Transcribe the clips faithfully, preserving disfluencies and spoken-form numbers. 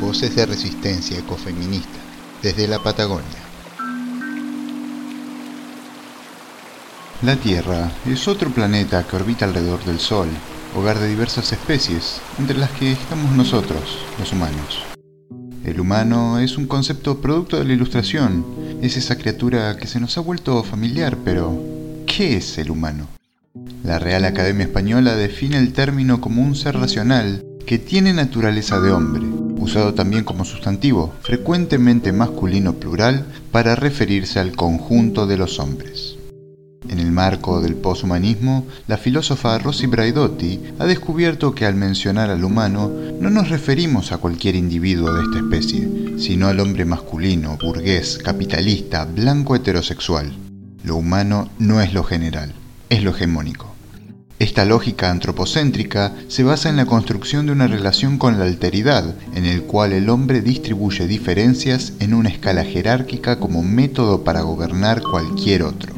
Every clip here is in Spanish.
Voces de resistencia ecofeminista, desde la Patagonia. La Tierra es otro planeta que orbita alrededor del Sol, hogar de diversas especies, entre las que estamos nosotros, los humanos. El humano es un concepto producto de la Ilustración, es esa criatura que se nos ha vuelto familiar, pero ¿qué es el humano? La Real Academia Española define el término como un ser racional que tiene naturaleza de hombre, usado también como sustantivo, frecuentemente masculino plural, para referirse al conjunto de los hombres. En el marco del poshumanismo, la filósofa Rosy Braidotti ha descubierto que al mencionar al humano no nos referimos a cualquier individuo de esta especie, sino al hombre masculino, burgués, capitalista, blanco heterosexual. Lo humano no es lo general, es lo hegemónico. Esta lógica antropocéntrica se basa en la construcción de una relación con la alteridad, en el cual el hombre distribuye diferencias en una escala jerárquica como método para gobernar cualquier otro.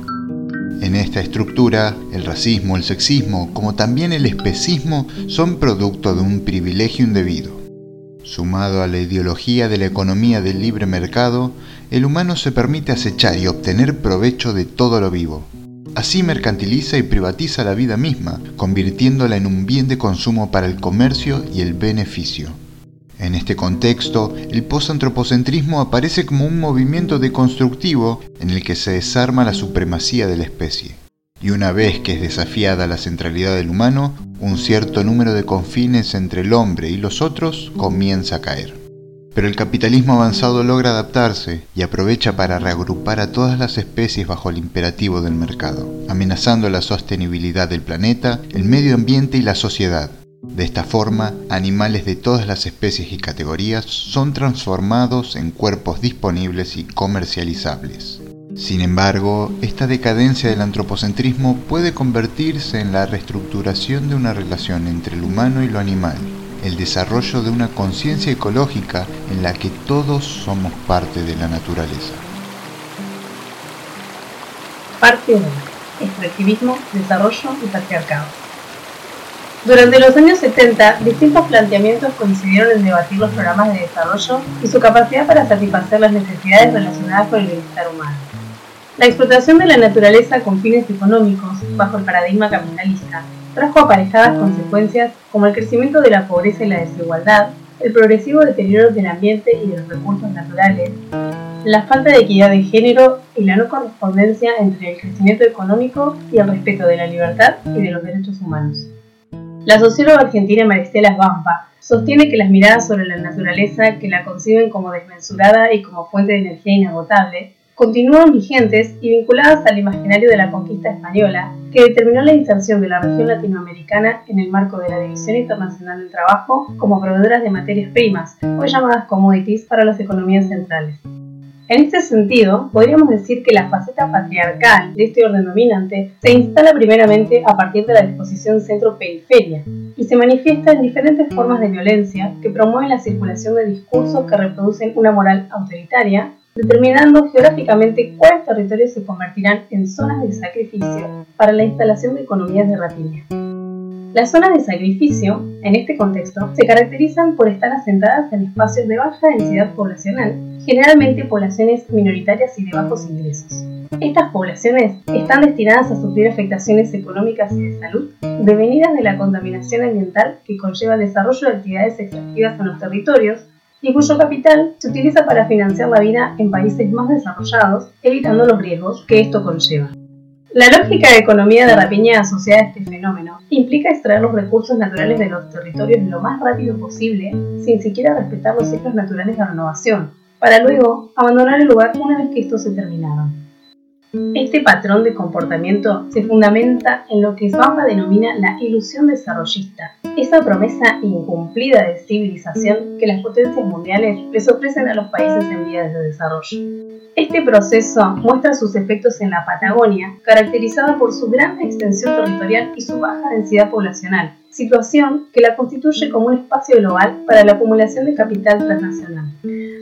En esta estructura, el racismo, el sexismo, como también el especismo, son producto de un privilegio indebido. Sumado a la ideología de la economía del libre mercado, el humano se permite acechar y obtener provecho de todo lo vivo. Así mercantiliza y privatiza la vida misma, convirtiéndola en un bien de consumo para el comercio y el beneficio. En este contexto, el posantropocentrismo aparece como un movimiento deconstructivo en el que se desarma la supremacía de la especie. Y una vez que es desafiada la centralidad del humano, un cierto número de confines entre el hombre y los otros comienza a caer. Pero el capitalismo avanzado logra adaptarse y aprovecha para reagrupar a todas las especies bajo el imperativo del mercado, amenazando la sostenibilidad del planeta, el medio ambiente y la sociedad. De esta forma, animales de todas las especies y categorías son transformados en cuerpos disponibles y comercializables. Sin embargo, esta decadencia del antropocentrismo puede convertirse en la reestructuración de una relación entre el humano y lo animal, el desarrollo de una conciencia ecológica en la que todos somos parte de la naturaleza. Parte uno. Extractivismo, desarrollo y patriarcado. Durante los años setenta, distintos planteamientos coincidieron en debatir los programas de desarrollo y su capacidad para satisfacer las necesidades relacionadas con el bienestar humano. La explotación de la naturaleza con fines económicos, bajo el paradigma capitalista, trajo aparejadas consecuencias como el crecimiento de la pobreza y la desigualdad, el progresivo deterioro del ambiente y de los recursos naturales, la falta de equidad de género y la no correspondencia entre el crecimiento económico y el respeto de la libertad y de los derechos humanos. La socióloga argentina Maristela Svampa sostiene que las miradas sobre la naturaleza, que la conciben como desmesurada y como fuente de energía inagotable, continúan vigentes y vinculadas al imaginario de la conquista española, que determinó la inserción de la región latinoamericana en el marco de la División Internacional del Trabajo como proveedoras de materias primas, hoy llamadas commodities, para las economías centrales. En este sentido, podríamos decir que la faceta patriarcal de este orden dominante se instala primeramente a partir de la disposición centro-periferia y se manifiesta en diferentes formas de violencia que promueven la circulación de discursos que reproducen una moral autoritaria, determinando geográficamente cuáles territorios se convertirán en zonas de sacrificio para la instalación de economías de rapiña. Las zonas de sacrificio, en este contexto, se caracterizan por estar asentadas en espacios de baja densidad poblacional, generalmente poblaciones minoritarias y de bajos ingresos. Estas poblaciones están destinadas a sufrir afectaciones económicas y de salud devenidas de la contaminación ambiental que conlleva el desarrollo de actividades extractivas en los territorios y cuyo capital se utiliza para financiar la vida en países más desarrollados, evitando los riesgos que esto conlleva. La lógica de economía de rapiña asociada a este fenómeno implica extraer los recursos naturales de los territorios lo más rápido posible, sin siquiera respetar los ciclos naturales de renovación, para luego abandonar el lugar una vez que estos se terminaron. Este patrón de comportamiento se fundamenta en lo que Svampa denomina la ilusión desarrollista, esa promesa incumplida de civilización que las potencias mundiales les ofrecen a los países en vías de desarrollo. Este proceso muestra sus efectos en la Patagonia, caracterizada por su gran extensión territorial y su baja densidad poblacional, situación que la constituye como un espacio global para la acumulación de capital transnacional.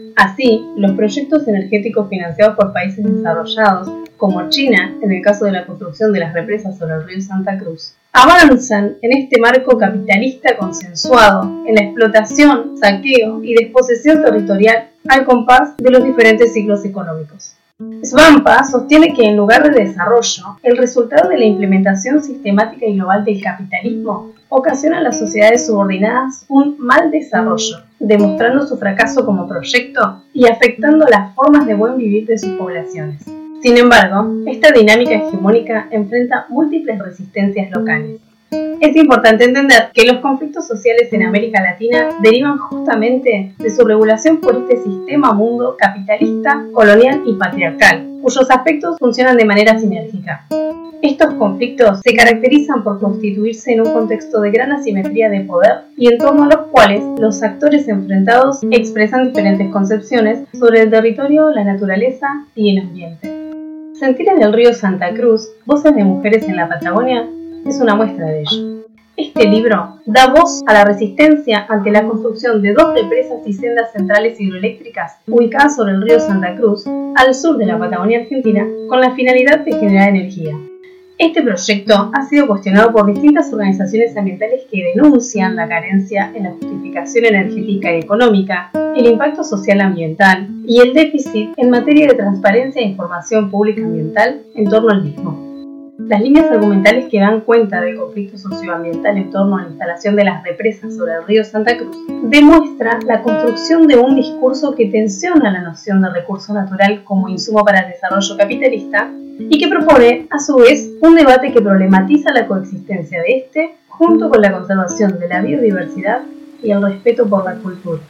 Así, los proyectos energéticos financiados por países desarrollados, como China, en el caso de la construcción de las represas sobre el río Santa Cruz, avanzan en este marco capitalista consensuado, en la explotación, saqueo y desposesión territorial al compás de los diferentes ciclos económicos. Svampa sostiene que en lugar de desarrollo, el resultado de la implementación sistemática y global del capitalismo ocasiona a las sociedades subordinadas un mal desarrollo, demostrando su fracaso como proyecto y afectando las formas de buen vivir de sus poblaciones. Sin embargo, esta dinámica hegemónica enfrenta múltiples resistencias locales. Es importante entender que los conflictos sociales en América Latina derivan justamente de su regulación por este sistema mundo capitalista, colonial y patriarcal, cuyos aspectos funcionan de manera sinérgica. Estos conflictos se caracterizan por constituirse en un contexto de gran asimetría de poder y en torno a los cuales los actores enfrentados expresan diferentes concepciones sobre el territorio, la naturaleza y el ambiente. Sentires del río Santa Cruz, voces de mujeres en la Patagonia, es una muestra de ello. Este libro da voz a la resistencia ante la construcción de dos represas y sendas centrales hidroeléctricas ubicadas sobre el río Santa Cruz, al sur de la Patagonia Argentina, con la finalidad de generar energía. Este proyecto ha sido cuestionado por distintas organizaciones ambientales que denuncian la carencia en la justificación energética y económica, el impacto social ambiental y el déficit en materia de transparencia e información pública ambiental en torno al mismo. Las líneas argumentales que dan cuenta del conflicto socioambiental en torno a la instalación de las represas sobre el río Santa Cruz demuestran la construcción de un discurso que tensiona la noción de recurso natural como insumo para el desarrollo capitalista y que propone, a su vez, un debate que problematiza la coexistencia de este junto con la conservación de la biodiversidad y el respeto por la cultura.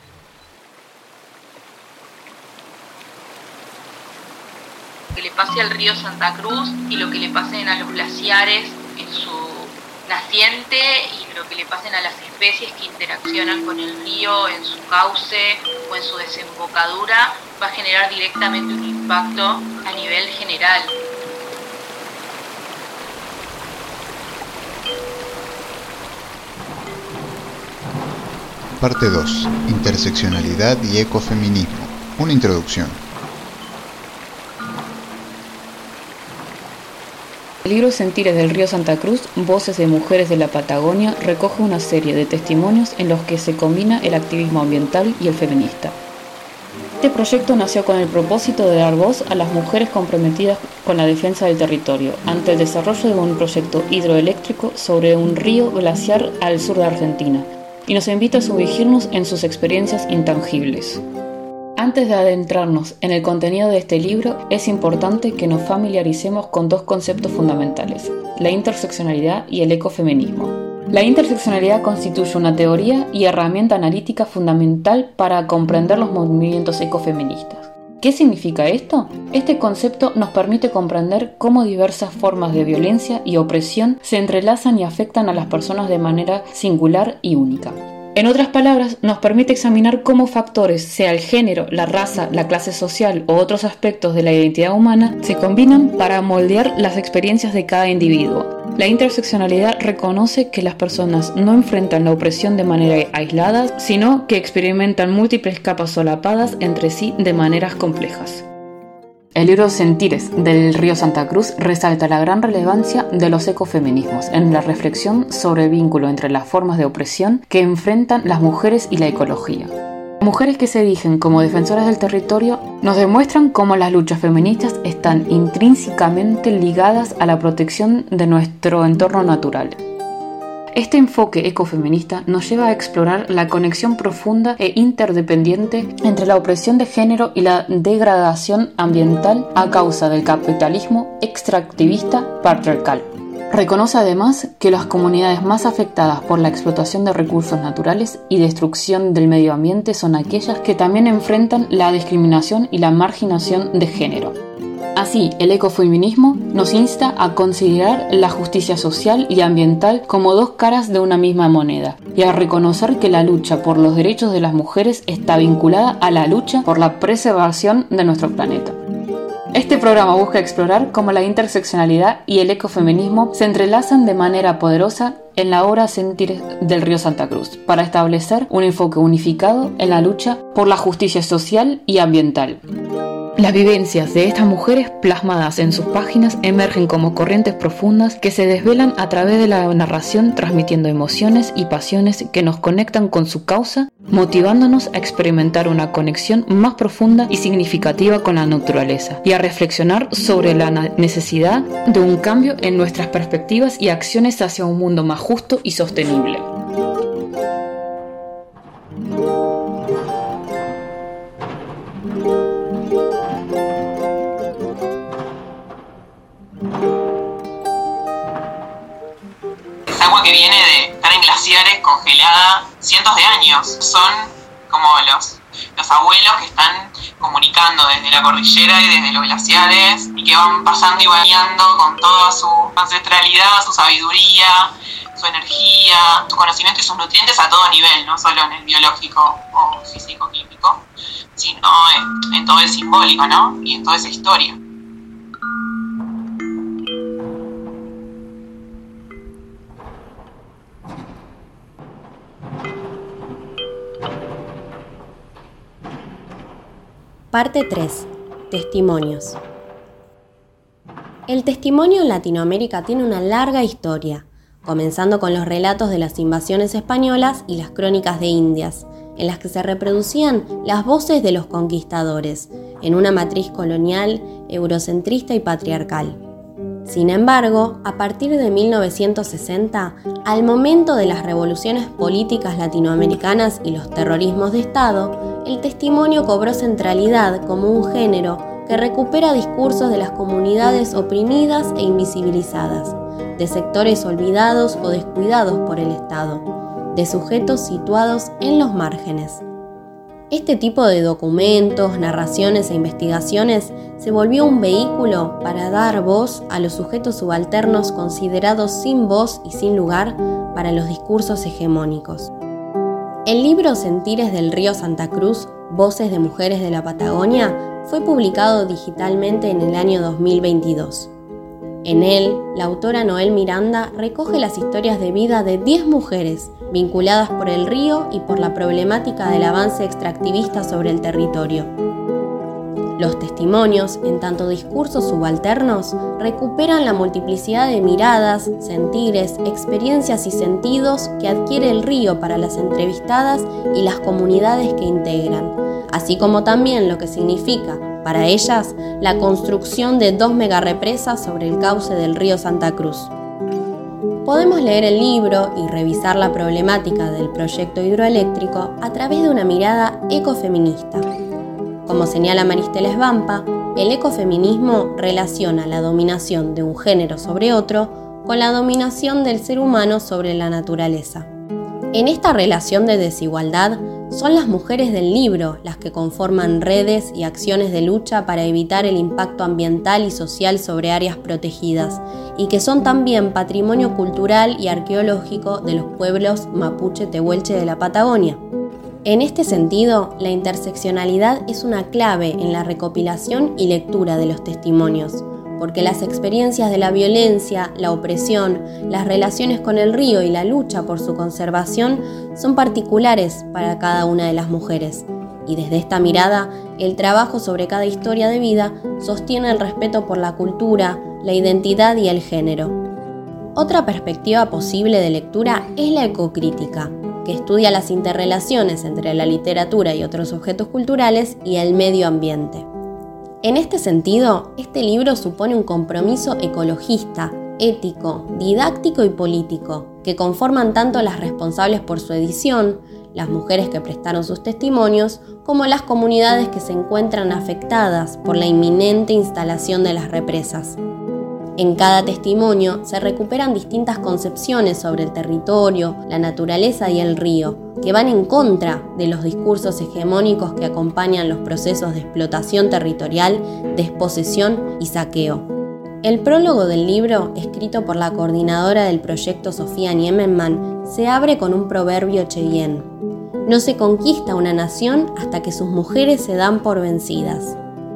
Que le pase al río Santa Cruz y lo que le pasen a los glaciares en su naciente y lo que le pasen a las especies que interaccionan con el río en su cauce o en su desembocadura va a generar directamente un impacto a nivel general. Parte dos. Interseccionalidad y ecofeminismo. Una introducción. El libro Sentires del río Santa Cruz, Voces de Mujeres de la Patagonia, recoge una serie de testimonios en los que se combina el activismo ambiental y el feminista. Este proyecto nació con el propósito de dar voz a las mujeres comprometidas con la defensa del territorio ante el desarrollo de un proyecto hidroeléctrico sobre un río glaciar al sur de Argentina, y nos invita a sumergirnos en sus experiencias intangibles. Antes de adentrarnos en el contenido de este libro, es importante que nos familiaricemos con dos conceptos fundamentales, la interseccionalidad y el ecofeminismo. La interseccionalidad constituye una teoría y herramienta analítica fundamental para comprender los movimientos ecofeministas. ¿Qué significa esto? Este concepto nos permite comprender cómo diversas formas de violencia y opresión se entrelazan y afectan a las personas de manera singular y única. En otras palabras, nos permite examinar cómo factores, sea el género, la raza, la clase social o otros aspectos de la identidad humana, se combinan para moldear las experiencias de cada individuo. La interseccionalidad reconoce que las personas no enfrentan la opresión de manera aislada, sino que experimentan múltiples capas solapadas entre sí de maneras complejas. El libro Sentires del río Santa Cruz resalta la gran relevancia de los ecofeminismos en la reflexión sobre el vínculo entre las formas de opresión que enfrentan las mujeres y la ecología. Mujeres que se erigen como defensoras del territorio nos demuestran cómo las luchas feministas están intrínsecamente ligadas a la protección de nuestro entorno natural. Este enfoque ecofeminista nos lleva a explorar la conexión profunda e interdependiente entre la opresión de género y la degradación ambiental a causa del capitalismo extractivista patriarcal. Reconoce además que las comunidades más afectadas por la explotación de recursos naturales y destrucción del medio ambiente son aquellas que también enfrentan la discriminación y la marginación de género. Así, el ecofeminismo nos insta a considerar la justicia social y ambiental como dos caras de una misma moneda y a reconocer que la lucha por los derechos de las mujeres está vinculada a la lucha por la preservación de nuestro planeta. Este programa busca explorar cómo la interseccionalidad y el ecofeminismo se entrelazan de manera poderosa en la obra Sentires del Río Santa Cruz, para establecer un enfoque unificado en la lucha por la justicia social y ambiental. Las vivencias de estas mujeres plasmadas en sus páginas emergen como corrientes profundas que se desvelan a través de la narración, transmitiendo emociones y pasiones que nos conectan con su causa, motivándonos a experimentar una conexión más profunda y significativa con la naturaleza y a reflexionar sobre la necesidad de un cambio en nuestras perspectivas y acciones hacia un mundo más justo y sostenible. Que viene de estar en glaciares congelada cientos de años. Son como los, los abuelos que están comunicando desde la cordillera y desde los glaciares y que van pasando y bañando con toda su ancestralidad, su sabiduría, su energía, su conocimiento y sus nutrientes a todo nivel, no solo en el biológico o físico-químico, sino en, en todo el simbólico, ¿no? Y en toda esa historia. Parte tres. Testimonios. El testimonio en Latinoamérica tiene una larga historia, comenzando con los relatos de las invasiones españolas y las crónicas de Indias, en las que se reproducían las voces de los conquistadores, en una matriz colonial, eurocentrista y patriarcal. Sin embargo, a partir de mil novecientos sesenta, al momento de las revoluciones políticas latinoamericanas y los terrorismos de Estado, el testimonio cobró centralidad como un género que recupera discursos de las comunidades oprimidas e invisibilizadas, de sectores olvidados o descuidados por el Estado, de sujetos situados en los márgenes. Este tipo de documentos, narraciones e investigaciones se volvió un vehículo para dar voz a los sujetos subalternos considerados sin voz y sin lugar para los discursos hegemónicos. El libro Sentires del Río Santa Cruz, Voces de Mujeres de la Patagonia, fue publicado digitalmente en el año dos mil veintidós. En él, la autora Noel Miranda recoge las historias de vida de diez mujeres vinculadas por el río y por la problemática del avance extractivista sobre el territorio. Los testimonios, en tanto discursos subalternos, recuperan la multiplicidad de miradas, sentires, experiencias y sentidos que adquiere el río para las entrevistadas y las comunidades que integran, así como también lo que significa para ellas la construcción de dos megarepresas sobre el cauce del río Santa Cruz. Podemos leer el libro y revisar la problemática del proyecto hidroeléctrico a través de una mirada ecofeminista. Como señala Maristela Svampa, el ecofeminismo relaciona la dominación de un género sobre otro con la dominación del ser humano sobre la naturaleza. En esta relación de desigualdad, son las mujeres del libro las que conforman redes y acciones de lucha para evitar el impacto ambiental y social sobre áreas protegidas, y que son también patrimonio cultural y arqueológico de los pueblos mapuche-tehuelche de la Patagonia. En este sentido, la interseccionalidad es una clave en la recopilación y lectura de los testimonios, porque las experiencias de la violencia, la opresión, las relaciones con el río y la lucha por su conservación son particulares para cada una de las mujeres. Y desde esta mirada, el trabajo sobre cada historia de vida sostiene el respeto por la cultura, la identidad y el género. Otra perspectiva posible de lectura es la ecocrítica, que estudia las interrelaciones entre la literatura y otros objetos culturales y el medio ambiente. En este sentido, este libro supone un compromiso ecologista, ético, didáctico y político, que conforman tanto las responsables por su edición, las mujeres que prestaron sus testimonios, como las comunidades que se encuentran afectadas por la inminente instalación de las represas. En cada testimonio se recuperan distintas concepciones sobre el territorio, la naturaleza y el río, que van en contra de los discursos hegemónicos que acompañan los procesos de explotación territorial, desposesión y saqueo. El prólogo del libro, escrito por la coordinadora del proyecto Sofía Niemenman, se abre con un proverbio cheyenne: no se conquista una nación hasta que sus mujeres se dan por vencidas.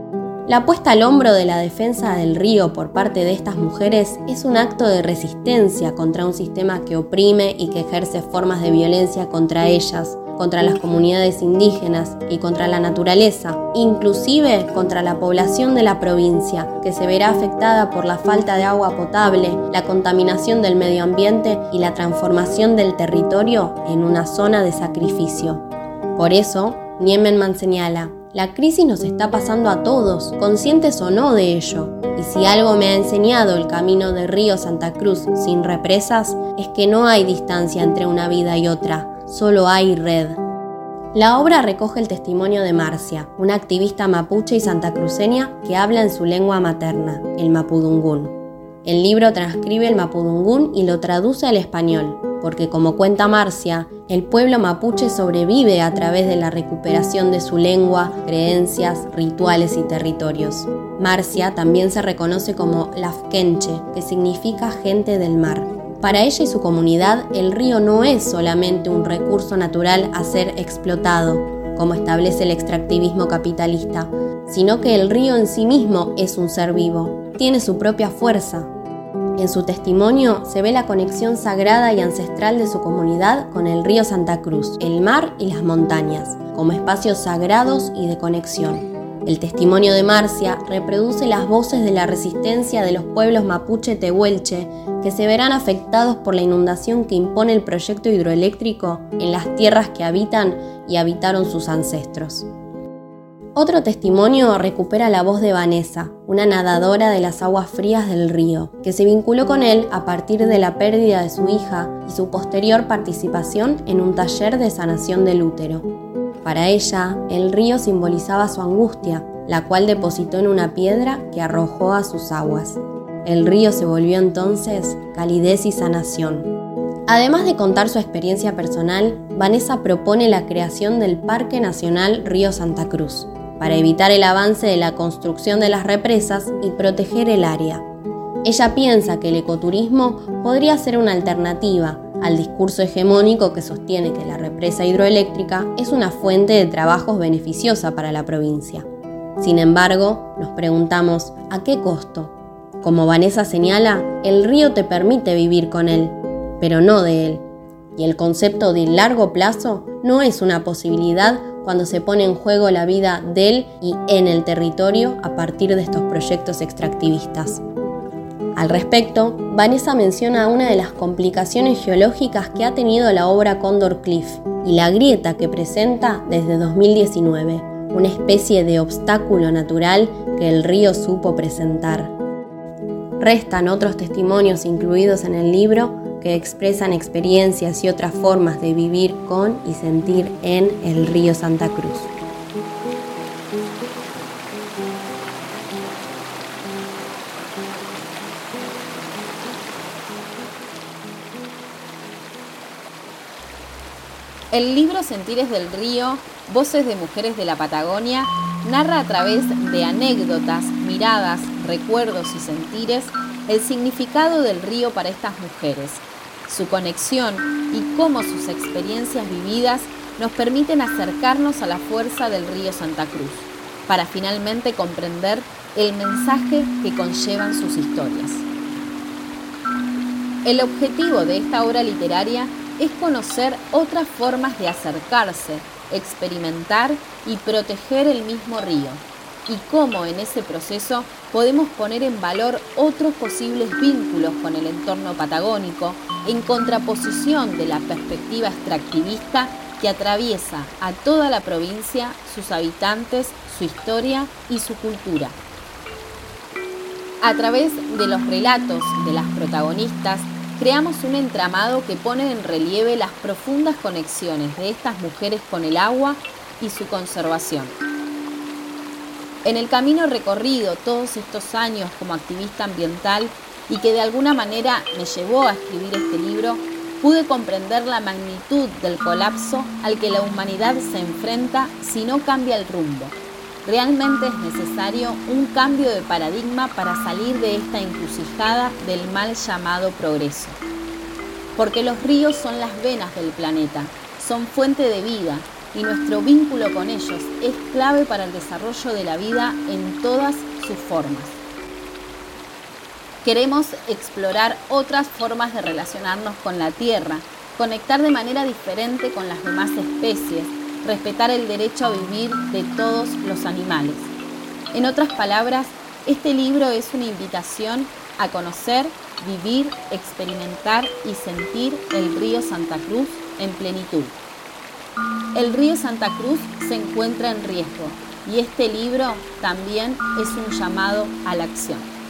La puesta al hombro de la defensa del río por parte de estas mujeres es un acto de resistencia contra un sistema que oprime y que ejerce formas de violencia contra ellas, contra las comunidades indígenas y contra la naturaleza, inclusive contra la población de la provincia, que se verá afectada por la falta de agua potable, la contaminación del medio ambiente y la transformación del territorio en una zona de sacrificio. Por eso, Niemenman señala: la crisis nos está pasando a todos, conscientes o no de ello. Y si algo me ha enseñado el camino de Río Santa Cruz sin represas, es que no hay distancia entre una vida y otra, solo hay red. La obra recoge el testimonio de Marcia, una activista mapuche y santacruceña que habla en su lengua materna, el mapudungún. El libro transcribe el mapudungún y lo traduce al español, porque como cuenta Marcia, el pueblo mapuche sobrevive a través de la recuperación de su lengua, creencias, rituales y territorios. Marcia también se reconoce como Lafkenche, que significa gente del mar. Para ella y su comunidad, el río no es solamente un recurso natural a ser explotado, como establece el extractivismo capitalista, sino que el río en sí mismo es un ser vivo, tiene su propia fuerza. En su testimonio se ve la conexión sagrada y ancestral de su comunidad con el río Santa Cruz, el mar y las montañas, como espacios sagrados y de conexión. El testimonio de Marcia reproduce las voces de la resistencia de los pueblos mapuche tehuelche que se verán afectados por la inundación que impone el proyecto hidroeléctrico en las tierras que habitan y habitaron sus ancestros. Otro testimonio recupera la voz de Vanessa, una nadadora de las aguas frías del río, que se vinculó con él a partir de la pérdida de su hija y su posterior participación en un taller de sanación del útero. Para ella, el río simbolizaba su angustia, la cual depositó en una piedra que arrojó a sus aguas. El río se volvió entonces calidez y sanación. Además de contar su experiencia personal, Vanessa propone la creación del Parque Nacional Río Santa Cruz, para evitar el avance de la construcción de las represas y proteger el área. Ella piensa que el ecoturismo podría ser una alternativa al discurso hegemónico que sostiene que la represa hidroeléctrica es una fuente de trabajos beneficiosa para la provincia. Sin embargo, nos preguntamos, ¿a qué costo? Como Vanessa señala, el río te permite vivir con él, pero no de él. Y el concepto de largo plazo no es una posibilidad cuando se pone en juego la vida del y en el territorio a partir de estos proyectos extractivistas. Al respecto, Vanessa menciona una de las complicaciones geológicas que ha tenido la obra Condor Cliff y la grieta que presenta desde dos mil diecinueve, una especie de obstáculo natural que el río supo presentar. Restan otros testimonios incluidos en el libro que expresan experiencias y otras formas de vivir con y sentir en el río Santa Cruz. El libro Sentires del Río, Voces de Mujeres de la Patagonia, narra a través de anécdotas, miradas, recuerdos y sentires el significado del río para estas mujeres, su conexión y cómo sus experiencias vividas nos permiten acercarnos a la fuerza del río Santa Cruz, para finalmente comprender el mensaje que conllevan sus historias. El objetivo de esta obra literaria es conocer otras formas de acercarse, experimentar y proteger el mismo río, y cómo en ese proceso podemos poner en valor otros posibles vínculos con el entorno patagónico en contraposición de la perspectiva extractivista que atraviesa a toda la provincia, sus habitantes, su historia y su cultura. A través de los relatos de las protagonistas, creamos un entramado que pone en relieve las profundas conexiones de estas mujeres con el agua y su conservación. En el camino recorrido todos estos años como activista ambiental y que de alguna manera me llevó a escribir este libro, pude comprender la magnitud del colapso al que la humanidad se enfrenta si no cambia el rumbo. Realmente es necesario un cambio de paradigma para salir de esta encrucijada del mal llamado progreso. Porque los ríos son las venas del planeta, son fuente de vida y nuestro vínculo con ellos es clave para el desarrollo de la vida en todas sus formas. Queremos explorar otras formas de relacionarnos con la Tierra, conectar de manera diferente con las demás especies, respetar el derecho a vivir de todos los animales. En otras palabras, este libro es una invitación a conocer, vivir, experimentar y sentir el río Santa Cruz en plenitud. El río Santa Cruz se encuentra en riesgo y este libro también es un llamado a la acción.